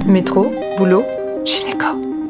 Métro, boulot, gynéco.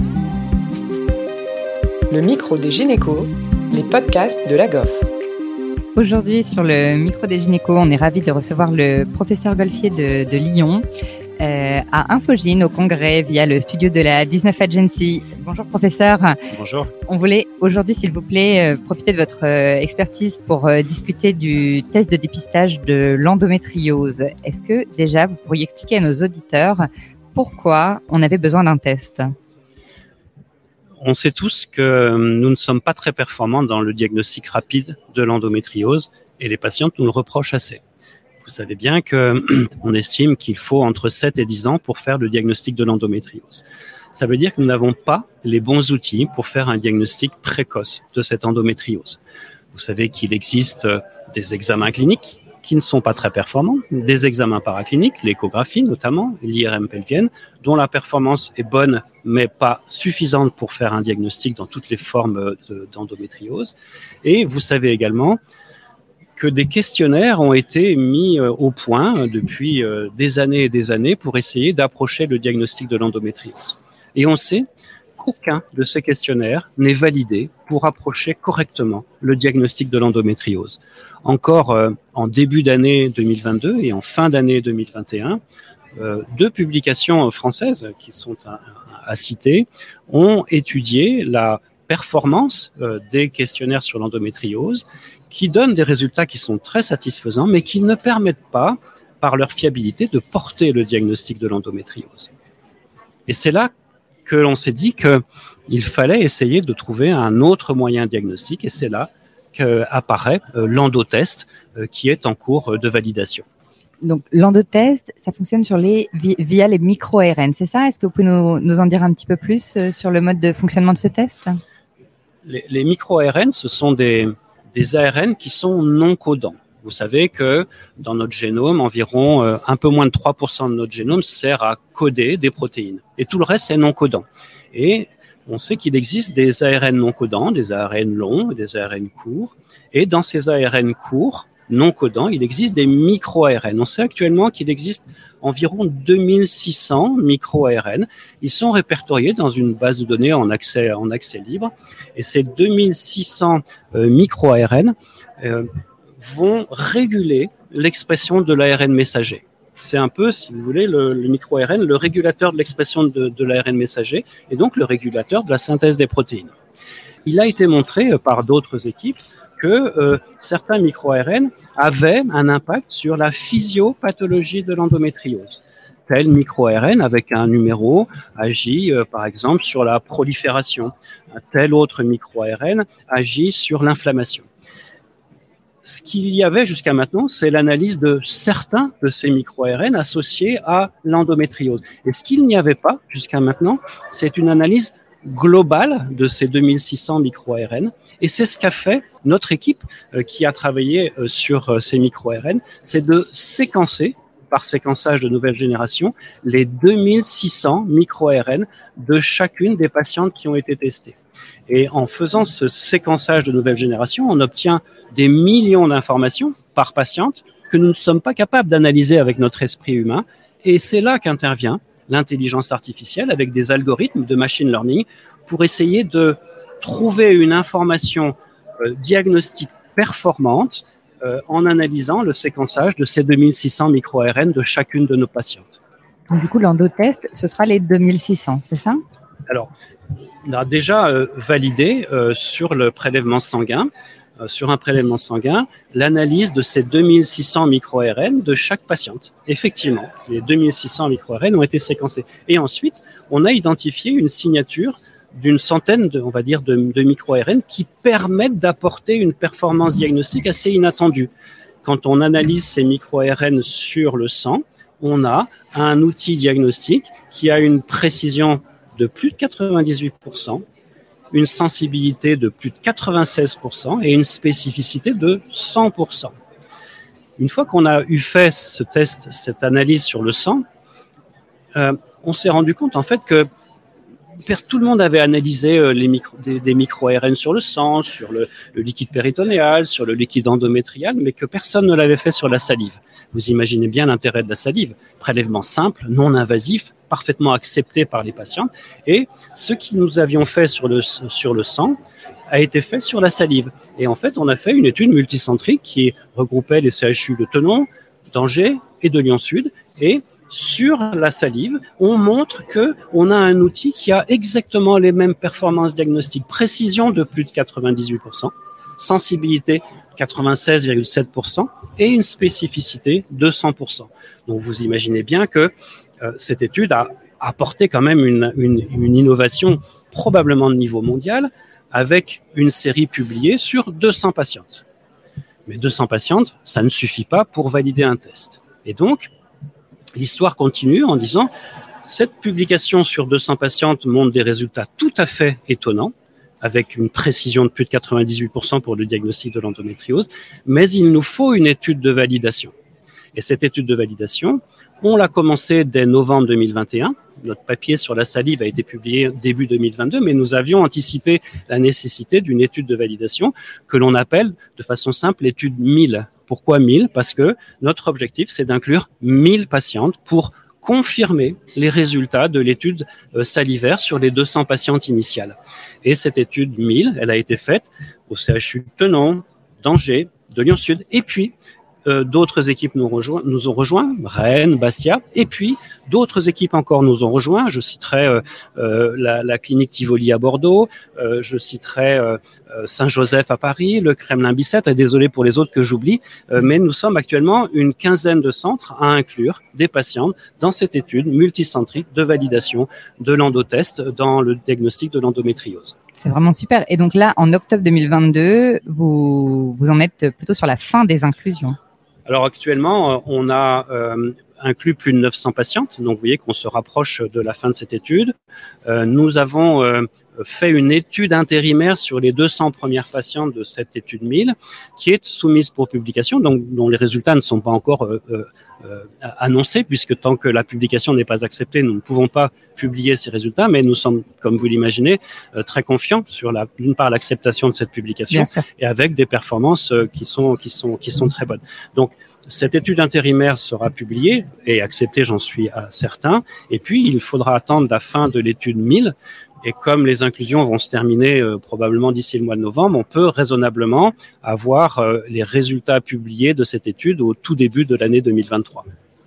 Le micro des gynécos, les podcasts de la GOF. Aujourd'hui, sur le micro des gynécos, on est ravis de recevoir le professeur Golfier de Lyon à Infogyn au Congrès via le studio de la 19 Agency. Bonjour professeur. Bonjour. On voulait aujourd'hui, s'il vous plaît, profiter de votre expertise pour discuter du test de dépistage de l'endométriose. Est-ce que déjà vous pourriez expliquer à nos auditeurs pourquoi on avait besoin d'un test ? On sait tous que nous ne sommes pas très performants dans le diagnostic rapide de l'endométriose et les patientes nous le reprochent assez. Vous savez bien qu'on estime qu'il faut entre 7 et 10 ans pour faire le diagnostic de l'endométriose. Ça veut dire que nous n'avons pas les bons outils pour faire un diagnostic précoce de cette endométriose. Vous savez qu'il existe des examens cliniques qui ne sont pas très performants, des examens paracliniques, l'échographie notamment, l'IRM pelvienne, dont la performance est bonne mais pas suffisante pour faire un diagnostic dans toutes les formes d'endométriose. Et vous savez également que des questionnaires ont été mis au point depuis des années et des années pour essayer d'approcher le diagnostic de l'endométriose. Et on sait qu'aucun de ces questionnaires n'est validé pour approcher correctement le diagnostic de l'endométriose. Encore en début d'année 2022 et en fin d'année 2021, deux publications françaises qui sont à citer ont étudié la performance des questionnaires sur l'endométriose qui donnent des résultats qui sont très satisfaisants mais qui ne permettent pas, par leur fiabilité, de porter le diagnostic de l'endométriose. Et c'est là que l'on s'est dit qu'il fallait essayer de trouver un autre moyen diagnostique et c'est là qu'apparaît l'endotest qui est en cours de validation. Donc l'endotest, ça fonctionne via les micro-ARN, c'est ça ? Est-ce que vous pouvez nous en dire un petit peu plus sur le mode de fonctionnement de ce test ? Les micro-ARN, ce sont des ARN qui sont non codants. Vous savez que dans notre génome, environ un peu moins de 3% de notre génome sert à coder des protéines. Et tout le reste est non codant. Et on sait qu'il existe des ARN non codants, des ARN longs et des ARN courts. Et dans ces ARN courts, non codants, il existe des micro-ARN. On sait actuellement qu'il existe environ 2600 micro-ARN. Ils sont répertoriés dans une base de données en accès libre. Et ces 2600 micro-ARN vont réguler l'expression de l'ARN messager. C'est un peu, si vous voulez, le micro-ARN, le régulateur de l'expression de l'ARN messager et donc le régulateur de la synthèse des protéines. Il a été montré par d'autres équipes que certains micro-ARN avaient un impact sur la physiopathologie de l'endométriose. Tel micro-ARN avec un numéro agit par exemple sur la prolifération. Un tel autre micro-ARN agit sur l'inflammation. Ce qu'il y avait jusqu'à maintenant, c'est l'analyse de certains de ces micro-ARN associés à l'endométriose. Et ce qu'il n'y avait pas jusqu'à maintenant, c'est une analyse globale de ces 2600 micro-ARN. Et c'est ce qu'a fait notre équipe qui a travaillé sur ces micro-ARN, c'est de séquencer, par séquençage de nouvelle génération, les 2600 micro-ARN de chacune des patientes qui ont été testées. Et en faisant ce séquençage de nouvelle génération, on obtient des millions d'informations par patiente que nous ne sommes pas capables d'analyser avec notre esprit humain. Et c'est là qu'intervient l'intelligence artificielle avec des algorithmes de machine learning pour essayer de trouver une information diagnostique performante en analysant le séquençage de ces 2600 micro-ARN de chacune de nos patientes. Donc, du coup, l'endotest, ce sera les 2600, c'est ça ? Alors, on a déjà validé sur le prélèvement sanguin, sur un prélèvement sanguin, l'analyse de ces 2600 micro-ARN de chaque patiente. Effectivement, les 2600 micro-ARN ont été séquencés. Et ensuite, on a identifié une signature d'une centaine de micro-ARN qui permettent d'apporter une performance diagnostique assez inattendue. Quand on analyse ces micro-ARN sur le sang, on a un outil diagnostique qui a une précision de plus de 98%, une sensibilité de plus de 96% et une spécificité de 100%. Une fois qu'on a fait ce test, cette analyse sur le sang, on s'est rendu compte en fait que tout le monde avait analysé des micro-ARN sur le sang, sur le liquide péritonéal, sur le liquide endométrial, mais que personne ne l'avait fait sur la salive. Vous imaginez bien l'intérêt de la salive, prélèvement simple, non invasif, parfaitement accepté par les patients. Et ce que nous avions fait sur le sang a été fait sur la salive. Et en fait, on a fait une étude multicentrique qui regroupait les CHU de Thonon, d'Angers et de Lyon-Sud. Et sur la salive, on montre qu'on a un outil qui a exactement les mêmes performances diagnostiques, précision de plus de 98%, sensibilité 96,7% et une spécificité de 100%. Donc vous imaginez bien que cette étude a apporté quand même une innovation probablement de niveau mondial avec une série publiée sur 200 patientes. Mais 200 patientes, ça ne suffit pas pour valider un test. Et donc, l'histoire continue en disant cette publication sur 200 patientes montre des résultats tout à fait étonnants, avec une précision de plus de 98% pour le diagnostic de l'endométriose, mais il nous faut une étude de validation. Et cette étude de validation, on l'a commencée dès novembre 2021. Notre papier sur la salive a été publié début 2022, mais nous avions anticipé la nécessité d'une étude de validation que l'on appelle de façon simple l'étude 1000. Pourquoi 1000 ? Parce que notre objectif, c'est d'inclure 1000 patientes pour confirmer les résultats de l'étude salivaire sur les 200 patientes initiales. Et cette étude 1000, elle a été faite au CHU de Thonon, d'Angers, de Lyon-Sud, et puis d'autres équipes nous ont rejoints, Rennes, Bastia, et puis d'autres équipes encore nous ont rejoints. Je citerai la clinique Tivoli à Bordeaux, je citerai Saint-Joseph à Paris, le Kremlin-Bicêtre, et désolé pour les autres que j'oublie, mais nous sommes actuellement une quinzaine de centres à inclure des patientes dans cette étude multicentrique de validation de l'endotest dans le diagnostic de l'endométriose. C'est vraiment super. Et donc là, en octobre 2022, vous en êtes plutôt sur la fin des inclusions. Alors actuellement, on a inclus plus de 900 patientes, donc vous voyez qu'on se rapproche de la fin de cette étude. Nous avons fait une étude intérimaire sur les 200 premières patientes de cette étude 1000, qui est soumise pour publication, donc dont les résultats ne sont pas encore annoncés, puisque tant que la publication n'est pas acceptée, nous ne pouvons pas publier ces résultats, mais nous sommes, comme vous l'imaginez, très confiants sur d'une part l'acceptation de cette publication et avec des performances qui sont très bonnes. Donc cette étude intérimaire sera publiée et acceptée, j'en suis certain. Et puis, il faudra attendre la fin de l'étude 1000. Et comme les inclusions vont se terminer probablement d'ici le mois de novembre, on peut raisonnablement avoir les résultats publiés de cette étude au tout début de l'année 2023.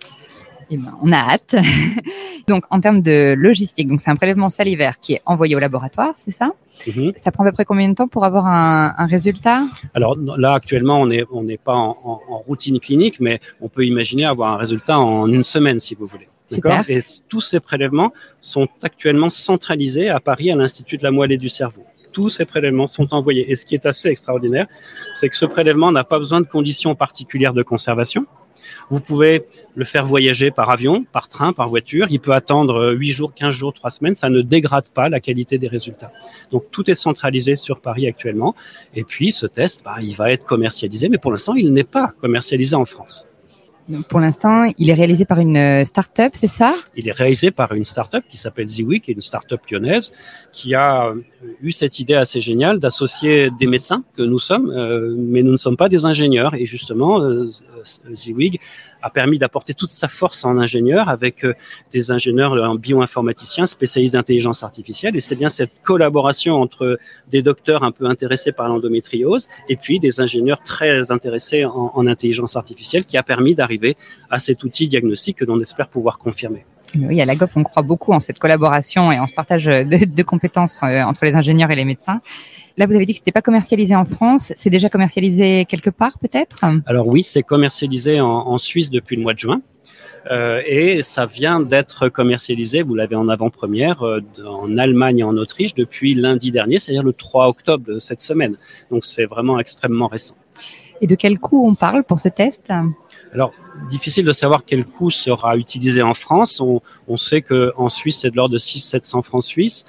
Eh ben, on a hâte. Donc, en termes de logistique, donc c'est un prélèvement salivaire qui est envoyé au laboratoire, c'est ça ? Ça prend à peu près combien de temps pour avoir un résultat ? Alors là, actuellement, on n'est pas en routine clinique, mais on peut imaginer avoir un résultat en une semaine, si vous voulez. Super. Et tous ces prélèvements sont actuellement centralisés à Paris, à l'Institut de la moelle et du cerveau. Tous ces prélèvements sont envoyés. Et ce qui est assez extraordinaire, c'est que ce prélèvement n'a pas besoin de conditions particulières de conservation. Vous pouvez le faire voyager par avion, par train, par voiture. Il peut attendre 8 jours, 15 jours, 3 semaines. Ça ne dégrade pas la qualité des résultats. Donc, tout est centralisé sur Paris actuellement. Et puis, ce test, il va être commercialisé. Mais pour l'instant, il n'est pas commercialisé en France. Donc, pour l'instant, il est réalisé par une start-up, c'est ça ? Il est réalisé par une start-up qui s'appelle Ziwig, qui est une start-up lyonnaise, qui a eu cette idée assez géniale d'associer des médecins que nous sommes, mais nous ne sommes pas des ingénieurs. Et justement, Ziwig a permis d'apporter toute sa force en ingénieur avec des ingénieurs en bioinformaticiens spécialistes d'intelligence artificielle. Et c'est bien cette collaboration entre des docteurs un peu intéressés par l'endométriose et puis des ingénieurs très intéressés en intelligence artificielle qui a permis d'arriver à cet outil diagnostique que l'on espère pouvoir confirmer. Oui, à la GOF, on croit beaucoup en cette collaboration et en ce partage de compétences entre les ingénieurs et les médecins. Là, vous avez dit que c'était pas commercialisé en France. C'est déjà commercialisé quelque part, peut-être ? Alors oui, c'est commercialisé en Suisse depuis le mois de juin. Et ça vient d'être commercialisé, vous l'avez en avant-première, en Allemagne et en Autriche depuis lundi dernier, c'est-à-dire le 3 octobre de cette semaine. Donc c'est vraiment extrêmement récent. Et de quel coût on parle pour ce test ? Alors, difficile de savoir quel coût sera utilisé en France. On sait qu'en Suisse, c'est de l'ordre de 600-700 francs suisses.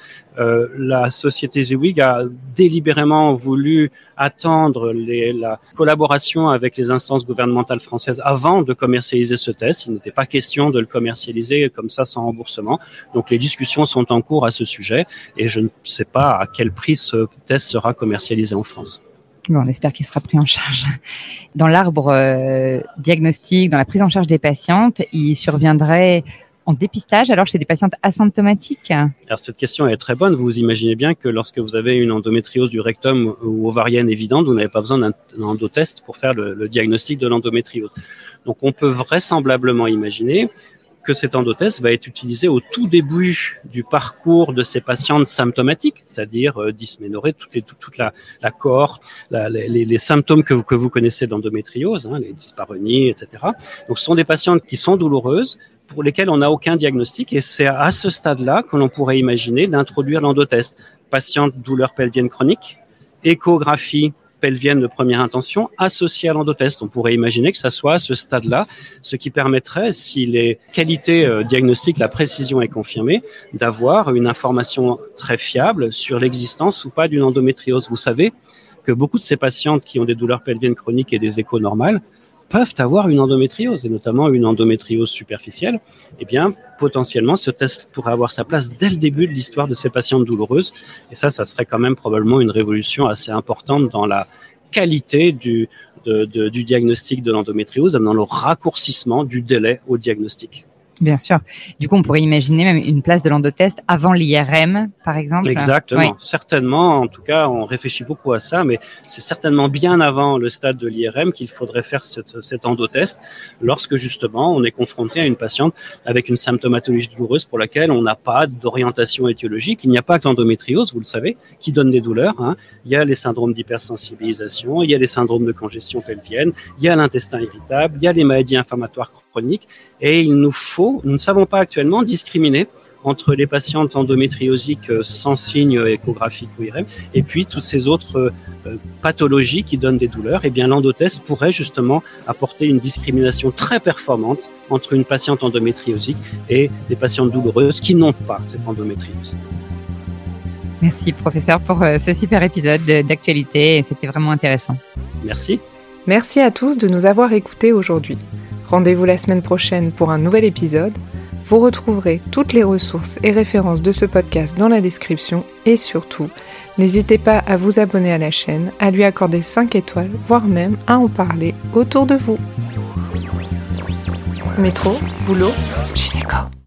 La société Ziwig a délibérément voulu attendre la collaboration avec les instances gouvernementales françaises avant de commercialiser ce test. Il n'était pas question de le commercialiser comme ça sans remboursement. Donc, les discussions sont en cours à ce sujet et je ne sais pas à quel prix ce test sera commercialisé en France. Bon, on espère qu'il sera pris en charge. Dans l'arbre diagnostic, dans la prise en charge des patientes, il surviendrait en dépistage alors chez des patientes asymptomatiques? Alors cette question est très bonne. Vous imaginez bien que lorsque vous avez une endométriose du rectum ou ovarienne évidente, vous n'avez pas besoin d'un endotest pour faire le diagnostic de l'endométriose. Donc on peut vraisemblablement imaginer que cet endotest va être utilisé au tout début du parcours de ces patientes symptomatiques, c'est-à-dire dysménorrhée, toute la cohorte, les symptômes que vous connaissez d'endométriose, les dyspareunies, etc. Donc ce sont des patientes qui sont douloureuses, pour lesquelles on n'a aucun diagnostic, et c'est à ce stade-là que l'on pourrait imaginer d'introduire l'endotest. Patiente douleur pelvienne chronique, échographie pelvienne de première intention associée à l'endotest. On pourrait imaginer que ça soit à ce stade-là, ce qui permettrait, si les qualités diagnostiques, la précision est confirmée, d'avoir une information très fiable sur l'existence ou pas d'une endométriose. Vous savez que beaucoup de ces patientes qui ont des douleurs pelviennes chroniques et des échos normales peuvent avoir une endométriose, et notamment une endométriose superficielle. Eh bien, potentiellement, ce test pourrait avoir sa place dès le début de l'histoire de ces patientes douloureuses. Et ça serait quand même probablement une révolution assez importante dans la qualité du diagnostic de l'endométriose, dans le raccourcissement du délai au diagnostic. Bien sûr. Du coup, on pourrait imaginer même une place de l'endotest avant l'IRM, par exemple. Exactement. Oui. Certainement. En tout cas, on réfléchit beaucoup à ça, mais c'est certainement bien avant le stade de l'IRM qu'il faudrait faire cet endotest lorsque, justement, on est confronté à une patiente avec une symptomatologie douloureuse pour laquelle on n'a pas d'orientation étiologique. Il n'y a pas que l'endométriose, vous le savez, qui donne des douleurs. Il y a les syndromes d'hypersensibilisation, il y a les syndromes de congestion pelvienne, il y a l'intestin irritable, il y a les maladies inflammatoires chroniques. Et nous ne savons pas actuellement discriminer entre les patientes endométriosiques sans signe échographique ou IRM et puis toutes ces autres pathologies qui donnent des douleurs. Eh bien, l'endotest pourrait justement apporter une discrimination très performante entre une patiente endométriosique et des patientes douloureuses qui n'ont pas cette endométriose. Merci, professeur, pour ce super épisode d'actualité. C'était vraiment intéressant. Merci. Merci à tous de nous avoir écoutés aujourd'hui. Rendez-vous la semaine prochaine pour un nouvel épisode. Vous retrouverez toutes les ressources et références de ce podcast dans la description et surtout, n'hésitez pas à vous abonner à la chaîne, à lui accorder 5 étoiles, voire même à en parler autour de vous. Métro, boulot, gynéco.